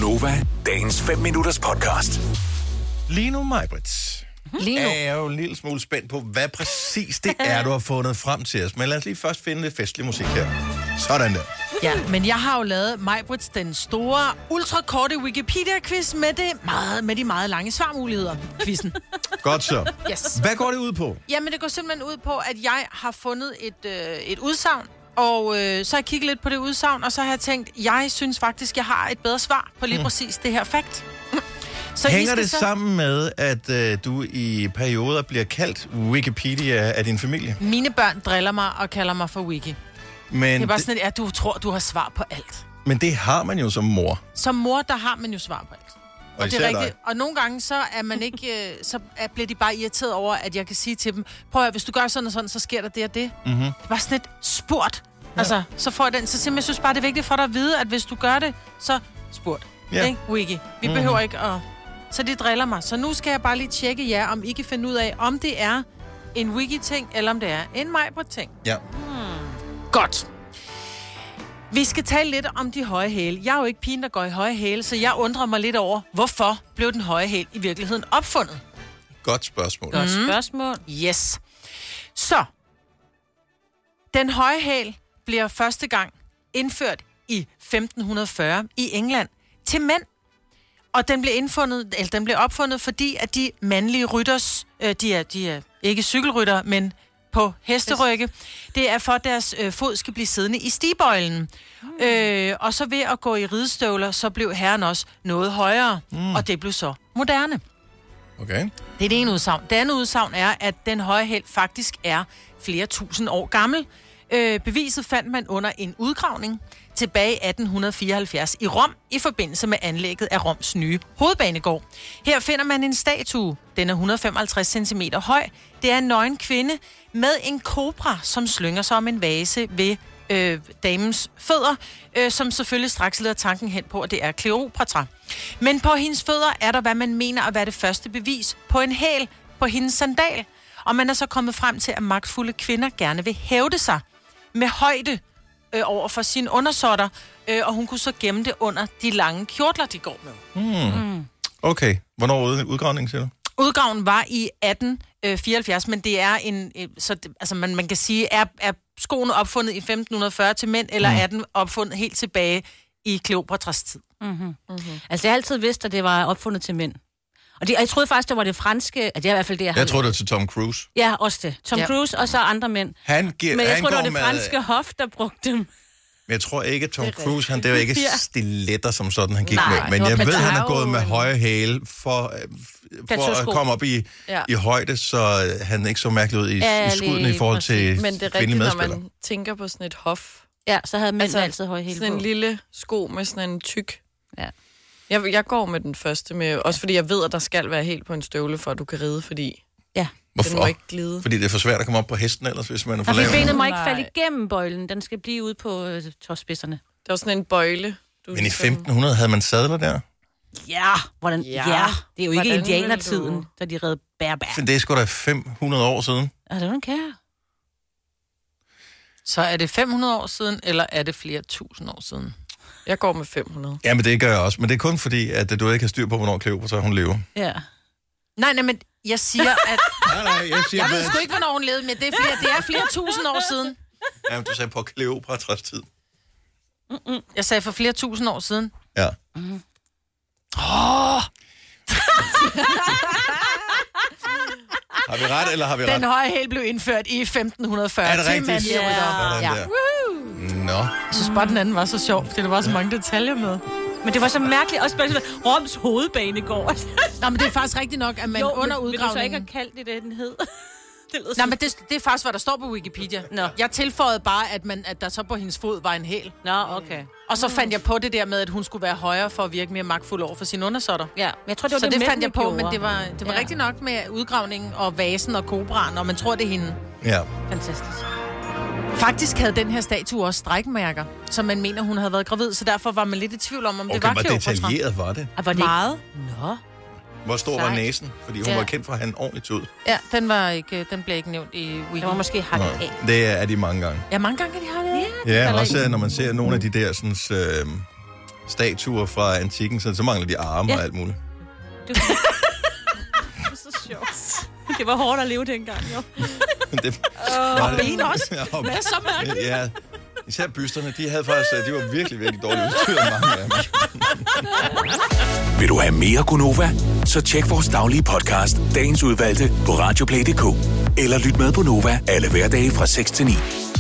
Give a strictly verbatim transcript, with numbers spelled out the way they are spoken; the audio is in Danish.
Gonova, dagens fem minutters podcast. Lige nu, Majbrits, Lige nu. er jeg jo en lille smule spændt på, hvad præcis det er, du har fundet frem til os. Men lad os lige først finde lidt festlig musik her. Sådan der. Ja, men jeg har jo lavet Majbrits den store, ultrakorte Wikipedia-quiz med, det meget, med de meget lange svarmuligheder. Quizzen. Godt så. Yes. Hvad går det ud på? Jamen, det går simpelthen ud på, at jeg har fundet et, øh, et udsagn, og øh, så har jeg kigget lidt på det udsagn, og så har jeg tænkt, jeg synes faktisk, jeg har et bedre svar på lige præcis det her fakt. Så Hænger I det så... sammen med, at øh, du i perioder bliver kaldt Wikipedia af din familie? Mine børn driller mig og kalder mig for Wiki. Men Det er bare det, sådan, at du tror, du har svar på alt. men det har man jo som mor. Som mor, der har man jo svar på alt. Og, Og det er rigtigt. Og nogle gange, så er man ikke, øh, så er, bliver de bare irriteret over, at jeg kan sige til dem, prøv at høre, hvis du gør sådan og sådan, så sker der det og det. Mm-hmm. Det er bare sådan et spurt. Ja. Altså, så får jeg den. Så simpelthen, jeg synes bare, det er vigtigt for dig at vide, at hvis du gør det, så spurt. Ja. Ikke, Wiki? Vi Mhm. behøver ikke at... Så de driller mig. Så nu skal jeg bare lige tjekke jer, om I kan finde ud af, om det er en Wiki-ting, eller om det er en Majbrit-ting. Ja. Godt. Vi skal tale lidt om de høje hæle. Jeg er jo ikke pigen, der går i høje hæle, så jeg undrer mig lidt over, hvorfor blev den høje hæl i virkeligheden opfundet? Godt spørgsmål. Godt spørgsmål. Yes. Så, den høje hæl bliver første gang indført i femten fyrre i England til mænd. Og den blev, indfundet, eller den blev opfundet, fordi at de mandlige rytters, øh, de, er, de er ikke cykelrytter, men på hesterygge, det er for, at deres øh, fod skal blive siddende i stigbøjlen. Mm. Øh, og så ved at gå i ridestøvler, så blev herren også noget højere, mm. og det blev så moderne. Okay. Det er det ene udsagn. Det andet udsagn er, at den høje hæl faktisk er flere tusind år gammel. Øh, beviset fandt man under en udgravning tilbage i atten fireoghalvfjerds i Rom i forbindelse med anlægget af Roms nye hovedbanegård. Her finder man en statue. Den er et hundrede og femoghalvtreds centimeter høj. Det er en nøgen kvinde med en kobra, som slynger sig om en vase ved øh, damens fødder, øh, som selvfølgelig straks leder tanken hen på, at det er Kleopatra. Men på hendes fødder er der, hvad man mener at være det første bevis på en hæl på hendes sandal. Og man er så kommet frem til, at magtfulde kvinder gerne vil hævde sig med højde øh, over for sine undersåtter, øh, og hun kunne så gemme det under de lange kjortler, de går med. Mm. Mm. Okay. Hvornår ud, udgravningen, siger du? Udgraven var i atten fireoghalvfjerds, men det er en... Øh, så det, altså man, man kan sige, er, er skoene opfundet i femten fyrre til mænd, eller mm. er den opfundet helt tilbage i Kleopatras tid? Mm-hmm. Mm-hmm. Altså jeg har altid vidst, at det var opfundet til mænd. Og, det, og jeg troede faktisk, det var det franske... At det er i hvert fald det, jeg Jeg troede, det var til Tom Cruise. Ja, også det. Tom Ja. Cruise og så andre mænd. Han giver, Men jeg han tror, det var går det med, franske hof, der brugte dem. Men jeg tror ikke, at Tom Cruise, han, det er jo ikke Ja. stiletter som sådan, han gik Nej, med. det Men var jeg ved, Patel. han er Der er gået jo med en- høje hæle for, øh, for at Plateausko. komme op i, Ja. i højde, så han ikke så mærkelig ud i, Ja, i skuddene i lige forhold præcis. til Men det er kvindelige rigtigt, når medspillere. man tænker på sådan et hof. Ja, så havde mænd Altså, altså, altid høje hæle Sådan på. en lille sko med sådan en tyk. Ja. Jeg, jeg går med den første, med, også fordi jeg ved, at der skal være helt på en støvle, for at du kan ride, fordi Ja. Hvorfor? den må ikke glide. Fordi det er for svært at komme op på hesten ellers, hvis man er for Og fordi lav. benet må ikke Nej. falde igennem bøjlen. Den skal blive ude på øh, tåspidserne. Det var sådan en bøjle. Du Men i ligesom- femten hundrede havde man sadler der. Ja, hvordan, Ja. ja. Det er jo ikke Hvordan vil indianertiden, du- da de redde bærbær. Men det er sgu da fem hundrede år siden. Er det, man kan? Så er det fem hundrede år siden, eller er det flere tusind år siden? Jeg går med fem hundrede. Ja, men det gør jeg også. Men det er kun fordi, at du ikke har styr på, hvornår Kleopatra hun lever. Ja. Nej, nej, men jeg siger, at... Nej, nej, jeg siger, Jeg ved sgu ikke, hvornår hun levede, men det er, flere, det er flere tusind år siden. Jamen, du sagde på Kleopatras tid. Jeg sagde for flere tusind år siden. Ja. Mm. Oh, Har vi ret, eller har vi ret? den høje hæl blev indført i femten fyrre. Er det til rigtigt? mandlige Ja. ryttere. Sådan Ja. der. Nå. Jeg synes bare, den anden var så sjov, fordi der var så mange detaljer med. Men det var så mærkeligt. Også bare sådan, Roms hovedbanegård. Nå, men det er faktisk rigtigt nok, at man Jo, under men vil du så ikke udgravningen... have kaldt det, det den hed? Det lyder Nej, sådan- men det, det er faktisk, hvad der står på Wikipedia. Nå. Jeg tilføjede bare, at, man, at der så på hendes fod var en hæl. Nå, okay. Og så fandt jeg på det der med, at hun skulle være højere for at virke mere magtfuld over for sine undersåtter. Ja, men jeg tror, det var Så det, det fandt mændene jeg på, gjorde. men det var, det var Ja. rigtigt nok med udgravningen og vasen og kobraen, og man tror, det er hende. Ja. Fantastisk. Faktisk havde den her statue også strækmærker, som man mener, hun havde været gravid, så derfor var man lidt i tvivl om, om det Okay, var hvor Kleopatra. detaljeret var det? Ah, var det ikke- Meget. Nå. Hvor stor var Sejt. næsen? Fordi hun Ja. var kendt for at have en ordentlig tud. Ja, den, var ikke, den blev ikke nævnt i Wiki. Det var måske hakket af. Det er de mange gange. Ja, mange gange har de har det. Ja, falder også ikke. når man ser nogle af de der sådan, øh, statuer fra antikken, så, så mangler de arme Ja. og alt muligt. Det var så sjovt. Det var hårdt at leve dengang, jo. det, Og ben også. Ja, og- Hvad så mærkeligt? Ja, især bysterne, de havde faktisk, de var virkelig, virkelig dårligt udstyret, mange af dem. Vil du have mere Gunova? Så tjek vores daglige podcast, dagens udvalgte, på radioplay punktum d k. Eller lyt med på Nova alle hverdage fra seks til ni.